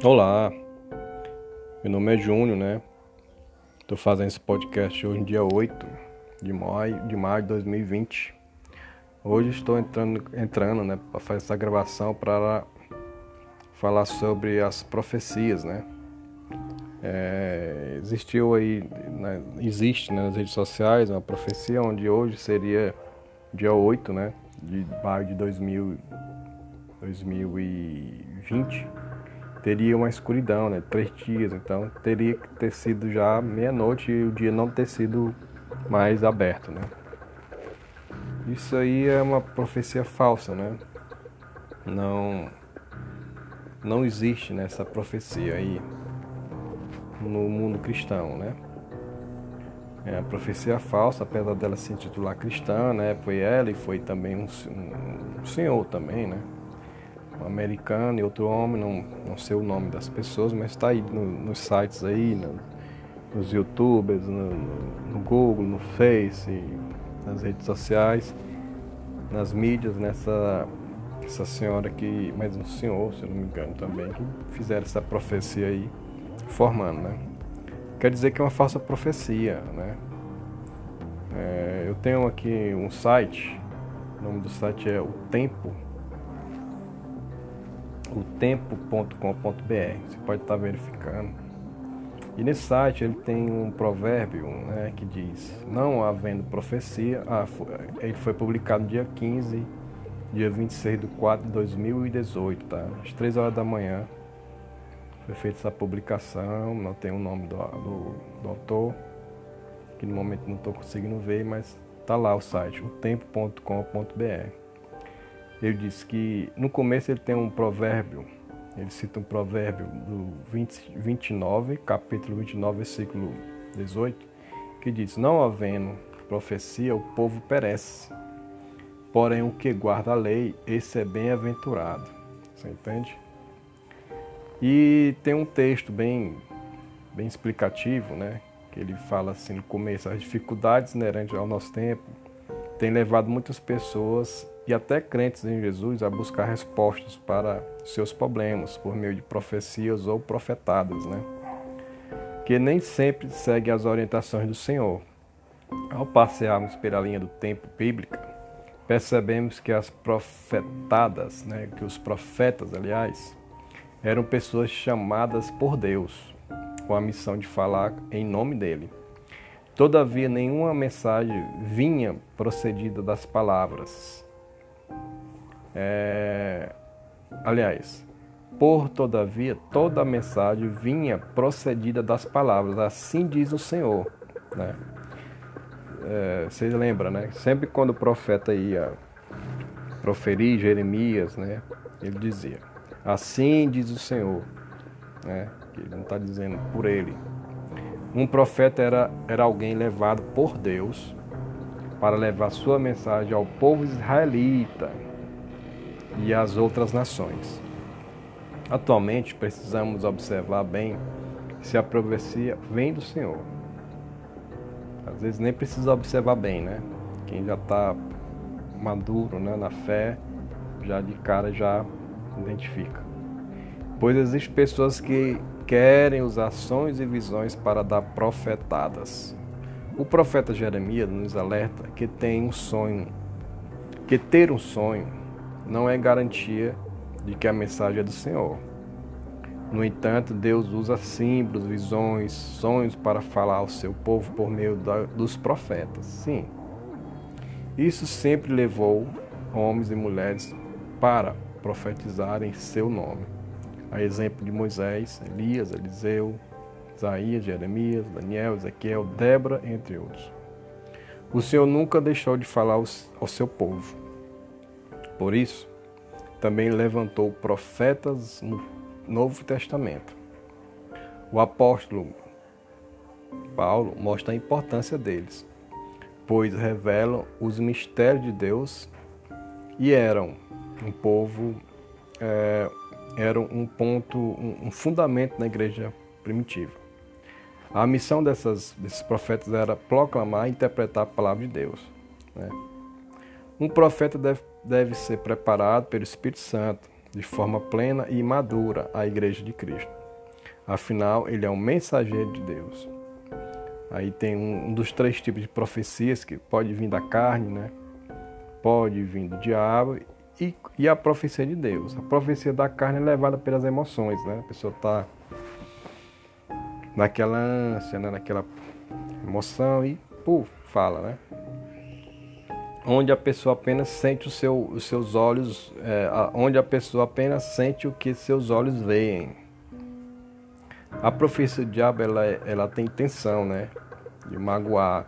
Olá, meu nome é Júnior, né? Estou fazendo esse podcast hoje, dia 8 de maio de 2020. Hoje estou entrando, né, para fazer essa gravação para falar sobre as profecias, né? Existe, né, nas redes sociais uma profecia onde hoje seria dia 8, né, de maio de 2020. Teria uma escuridão, né? 3 dias, então teria que ter sido já meia-noite e o dia não ter sido mais aberto, né? Isso aí é uma profecia falsa, né? Não, não existe nessa profecia aí no mundo cristão, né? É a profecia falsa, apesar dela se intitular cristã, né? Foi ela e foi também um senhor também, né? Um americano e outro homem, não sei o nome das pessoas, mas está aí nos sites aí, nos YouTubers, no Google, no Face, nas redes sociais, nas mídias, essa senhora que, mais um senhor, se eu não me engano também, que fizeram essa profecia aí, formando, né? Quer dizer que é uma falsa profecia, né? Eu tenho aqui um site, o nome do site é otempo.com.br, você pode estar verificando. E nesse site ele tem um provérbio, né, que diz: não havendo profecia, ele foi publicado no dia 15, dia 26 de 4 de 2018, tá? Às 3 horas da manhã foi feita essa publicação, não tem o nome do autor, que no momento não estou conseguindo ver, mas tá lá o site, otempo.com.br. Ele diz que no começo ele tem um provérbio, ele cita um provérbio do 29, capítulo 29, versículo 18, que diz: não havendo profecia, o povo perece, porém o que guarda a lei, esse é bem-aventurado. Você entende? E tem um texto bem explicativo, né? Que ele fala assim no começo: as dificuldades inerentes ao nosso tempo têm levado muitas pessoas e até crentes em Jesus a buscar respostas para seus problemas por meio de profecias ou profetadas, né? Que nem sempre seguem as orientações do Senhor. Ao passearmos pela linha do tempo bíblica, percebemos que as profetadas, né, que os profetas, aliás, eram pessoas chamadas por Deus com a missão de falar em nome dele. Todavia, nenhuma mensagem vinha procedida das palavras. Todavia, toda a mensagem vinha procedida das palavras, assim diz o Senhor, né? Vocês lembram, né? Sempre quando o profeta ia proferir, Jeremias, né? Ele dizia: assim diz o Senhor, né? Que ele não está dizendo por ele. Um profeta era alguém levado por Deus para levar sua mensagem ao povo israelita e às outras nações. Atualmente, precisamos observar bem se a profecia vem do Senhor. Às vezes nem precisa observar bem, né? Quem já está maduro, né, na fé, já de cara já identifica. Pois existem pessoas que querem usar sonhos e visões para dar profetadas. O profeta Jeremias nos alerta que ter um sonho não é garantia de que a mensagem é do Senhor. No entanto, Deus usa símbolos, visões, sonhos para falar ao seu povo por meio dos profetas. Sim, isso sempre levou homens e mulheres para profetizar em seu nome. A exemplo de Moisés, Elias, Eliseu, Isaías, Jeremias, Daniel, Ezequiel, Débora, entre outros. O Senhor nunca deixou de falar ao seu povo. Por isso, também levantou profetas no Novo Testamento. O apóstolo Paulo mostra a importância deles, pois revelam os mistérios de Deus e eram um fundamento na igreja primitiva. A missão desses profetas era proclamar e interpretar a palavra de Deus, né? Um profeta deve ser preparado pelo Espírito Santo de forma plena e madura a Igreja de Cristo. Afinal, ele é um mensageiro de Deus. Aí tem um dos 3 tipos de profecias que pode vir da carne, né? Pode vir do diabo e a profecia de Deus. A profecia da carne é levada pelas emoções, né? A pessoa está naquela ânsia, né? Naquela emoção e fala, né? Onde a pessoa apenas sente os seus olhos, onde a pessoa apenas sente o que seus olhos veem. A profecia do diabo, ela tem intenção, né? De magoar,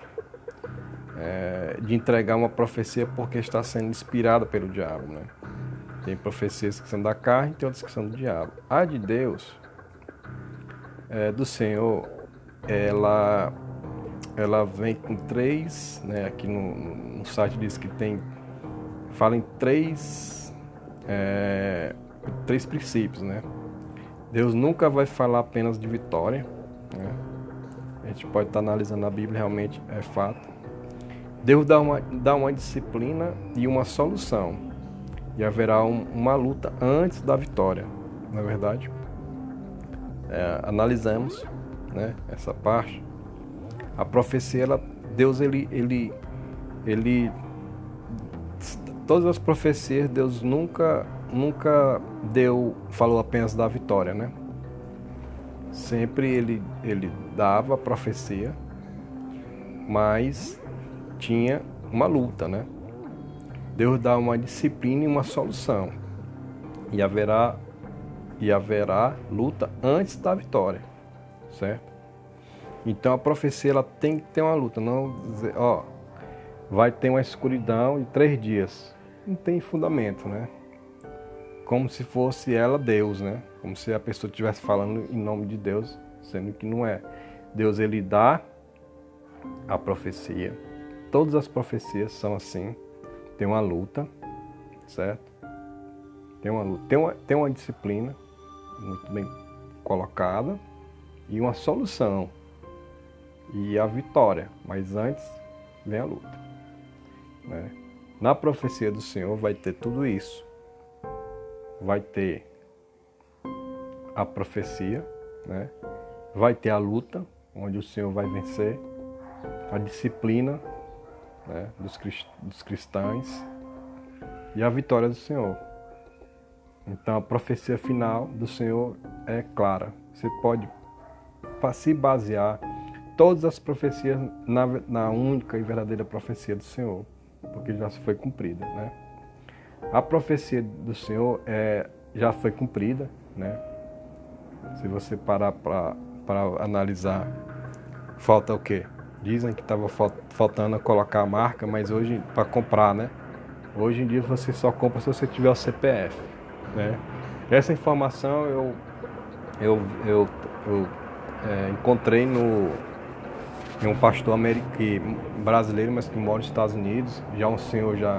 de entregar uma profecia porque está sendo inspirada pelo diabo, né? Tem profecias que são da carne e tem outras que são do diabo. A de Deus, do Senhor, ela vem com 3, né? Aqui no site diz que fala em 3 princípios, né? Deus nunca vai falar apenas de vitória, né? A gente pode estar analisando a Bíblia, realmente é fato. Deus dá uma disciplina e uma solução. E haverá uma luta antes da vitória, não é verdade? Analisamos, né, essa parte. A profecia, Deus, todas as profecias, Deus nunca falou apenas da vitória, né? Sempre ele dava a profecia, mas tinha uma luta, né? Deus dá uma disciplina e uma solução. E haverá luta antes da vitória, certo? Então a profecia, ela tem que ter uma luta, não dizer, vai ter uma escuridão de 3 dias. Não tem fundamento, né? Como se fosse ela Deus, né? Como se a pessoa estivesse falando em nome de Deus, sendo que não é. Deus, ele dá a profecia. Todas as profecias são assim. Tem uma luta, certo? Tem uma luta. Tem uma disciplina muito bem colocada e uma solução. E a vitória. Mas antes vem a luta, né? Na profecia do Senhor vai ter tudo isso. Vai ter a profecia, né? Vai ter a luta, onde o Senhor vai vencer, a disciplina, né, dos cristãos e a vitória do Senhor. Então a profecia final do Senhor é clara. Você pode se basear todas as profecias na única e verdadeira profecia do Senhor, porque já foi cumprida, né? A profecia do Senhor já foi cumprida, né? Se você parar para analisar, falta o quê? Dizem que estava faltando colocar a marca, mas hoje, para comprar, né? Hoje em dia você só compra se você tiver o CPF, né? Essa informação eu encontrei em um pastor brasileiro, mas que mora nos Estados Unidos, já um senhor já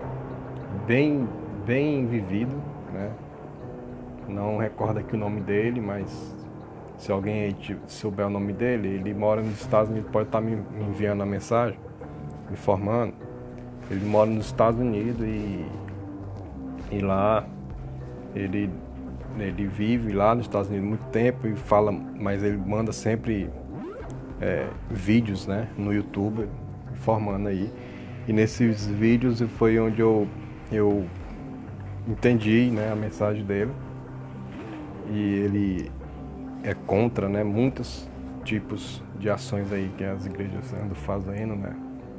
bem vivido, né? Não recordo aqui o nome dele, mas se alguém aí souber o nome dele, ele mora nos Estados Unidos, pode estar me enviando a mensagem, me informando. Ele mora nos Estados Unidos e lá ele vive lá nos Estados Unidos há muito tempo e fala, mas ele manda sempre vídeos, né, no YouTube, informando aí. E nesses vídeos foi onde eu entendi, né, a mensagem dele. E ele é contra, né, muitos tipos de ações aí que as igrejas andam fazendo, né,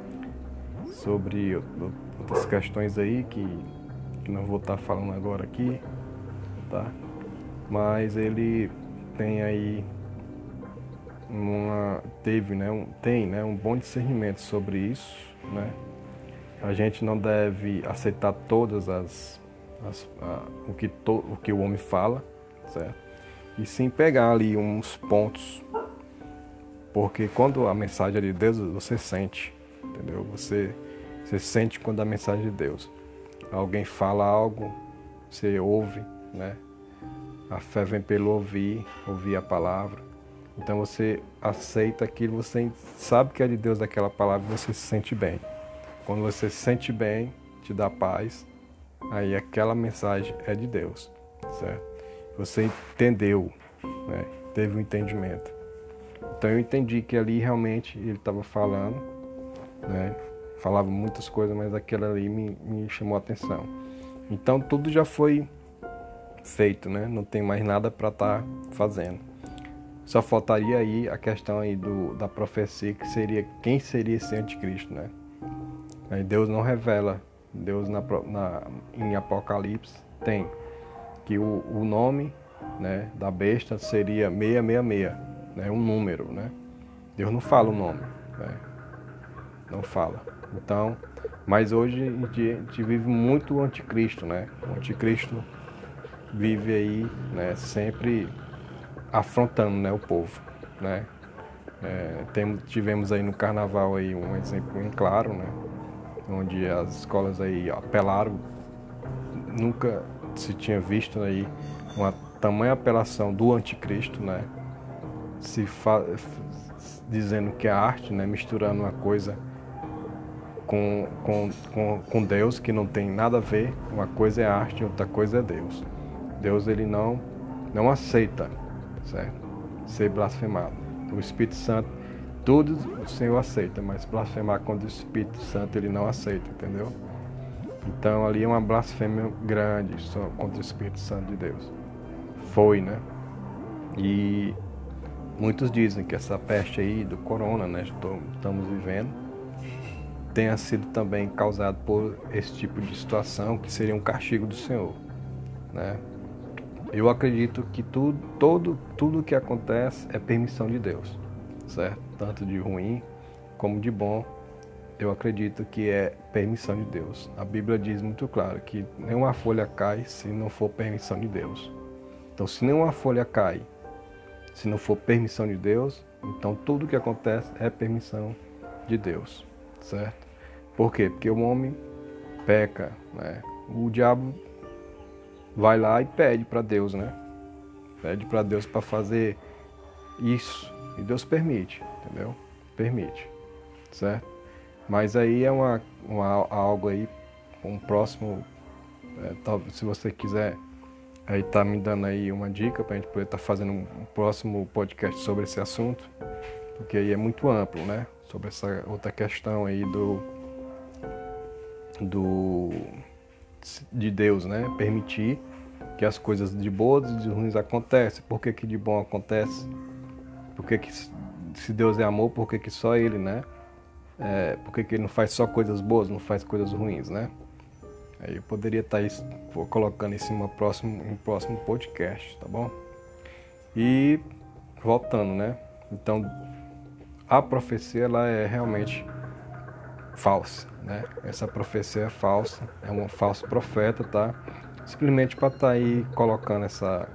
sobre outras questões aí que não vou estar falando agora aqui, tá? Mas ele tem aí tem um bom discernimento sobre isso, né? A gente não deve aceitar todas o que o homem fala, certo? E sim pegar ali uns pontos, porque quando a mensagem é de Deus, você sente, entendeu? Você sente quando a mensagem é de Deus. Alguém fala algo, você ouve, né? A fé vem pelo ouvir a palavra. Então você aceita aquilo, você sabe que é de Deus daquela palavra e você se sente bem. Quando você se sente bem, te dá paz, aí aquela mensagem é de Deus. certo? Você entendeu, né? Teve um entendimento. Então eu entendi que ali realmente ele estava falando, né? Falava muitas coisas, mas aquilo ali me chamou a atenção. Então tudo já foi feito, né? Não tem mais nada para estar fazendo. Só faltaria aí a questão aí da profecia, que seria quem seria esse anticristo, né? Aí Deus não revela. Deus em Apocalipse tem que o nome, né, da besta seria 666, né? Um número, né? Deus não fala o nome, né? Não fala. Então, mas hoje em dia a gente vive muito o anticristo, né? O anticristo vive aí, né, sempre afrontando, né, o povo, né? Tivemos aí no carnaval aí um exemplo bem claro, né? Onde as escolas aí apelaram, nunca se tinha visto aí uma tamanha apelação do anticristo, né? Dizendo que a arte, né, misturando uma coisa com Deus, que não tem nada a ver. Uma coisa é arte, outra coisa é Deus. Deus, ele não aceita, certo? Ser blasfemado. O Espírito Santo, tudo o Senhor aceita, mas blasfemar contra o Espírito Santo ele não aceita, entendeu? Então ali é uma blasfêmia grande só contra o Espírito Santo de Deus. Foi, né? E muitos dizem que essa peste aí do corona, né, estamos vivendo, tenha sido também causado por esse tipo de situação, que seria um castigo do Senhor, né? Eu acredito que tudo que acontece é permissão de Deus, certo? Tanto de ruim como de bom, eu acredito que é permissão de Deus. A Bíblia diz muito claro que nenhuma folha cai se não for permissão de Deus. Então, se nenhuma folha cai, se não for permissão de Deus, então tudo que acontece é permissão de Deus, certo? Por quê? Porque o homem peca, né? O diabo vai lá e pede para Deus, né? Pede para Deus para fazer isso. E Deus permite, entendeu? Permite, certo? Mas aí é algo aí, um próximo, talvez, se você quiser, aí tá me dando aí uma dica para a gente poder estar fazendo um próximo podcast sobre esse assunto, porque aí é muito amplo, né? Sobre essa outra questão aí de Deus, né? Permitir que as coisas de boas e de ruins acontecem. Por que que de bom acontece? Por que que, se Deus é amor, por que que só Ele, né? Por que que Ele não faz só coisas boas, não faz coisas ruins, né? Aí eu poderia estar colocando isso em um próximo podcast, tá bom? E voltando, né? Então, a profecia, ela é realmente falsa, né? Essa profecia é falsa, é um falso profeta, tá? Simplesmente para estar aí colocando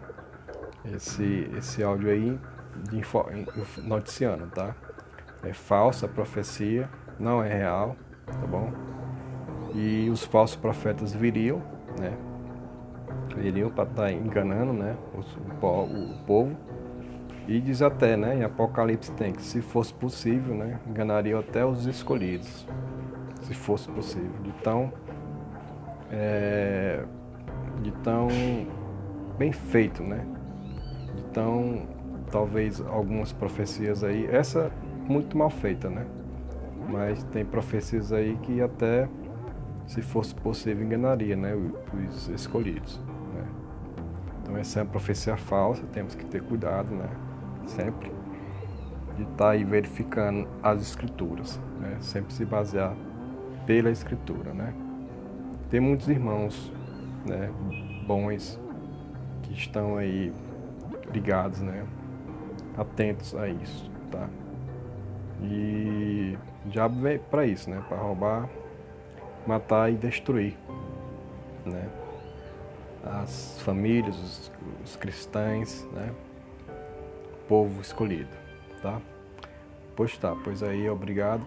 esse áudio aí noticiando, tá? É falsa a profecia, não é real, tá bom? E os falsos profetas viriam, né? Viriam para estar enganando, né? O povo. E diz até, né? Em Apocalipse tem que, se fosse possível, né? Enganariam até os escolhidos, se fosse possível. De tão bem feito, né? Então, talvez algumas profecias aí, essa muito mal feita, né? Mas tem profecias aí que até, se fosse possível, enganaria, né? Os escolhidos, né? Então essa é uma profecia falsa, temos que ter cuidado, né? Sempre de estar aí verificando as escrituras, né? Sempre se basear pela escritura, né? Tem muitos irmãos, né, bons, que estão aí ligados, né, atentos a isso, tá? E o diabo veio para isso, né, para roubar, matar e destruir, né, as famílias, os cristãos, né, o povo escolhido, tá? Pois aí, obrigado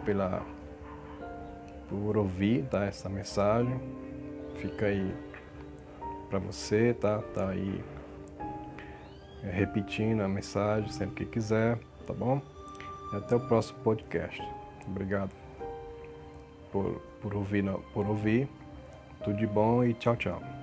por ouvir, tá, essa mensagem. Fica aí para você, tá aí repetindo a mensagem sempre que quiser, tá bom? E até o próximo podcast. Obrigado por ouvir. Tudo de bom e tchau, tchau.